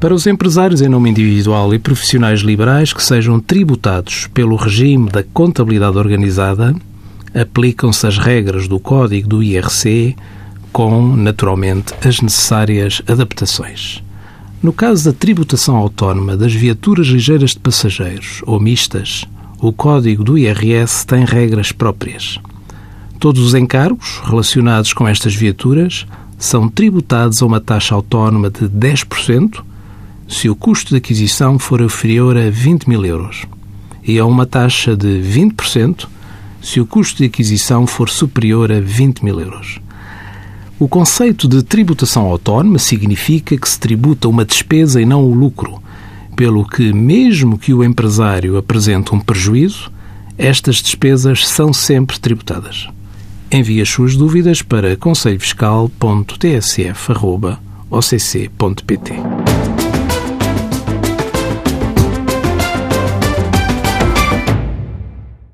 Para os empresários em nome individual e profissionais liberais que sejam tributados pelo regime da contabilidade organizada, aplicam-se as regras do Código do IRC com, naturalmente, as necessárias adaptações. No caso da tributação autónoma das viaturas ligeiras de passageiros ou mistas, o Código do IRS tem regras próprias. Todos os encargos relacionados com estas viaturas são tributados a uma taxa autónoma de 10% se o custo de aquisição for inferior a 20 mil euros e a uma taxa de 20% se o custo de aquisição for superior a 20 mil euros. O conceito de tributação autónoma significa que se tributa uma despesa e não o lucro, pelo que, mesmo que o empresário apresente um prejuízo, estas despesas são sempre tributadas. Envie as suas dúvidas para conselhofiscal.tsf@occ.pt.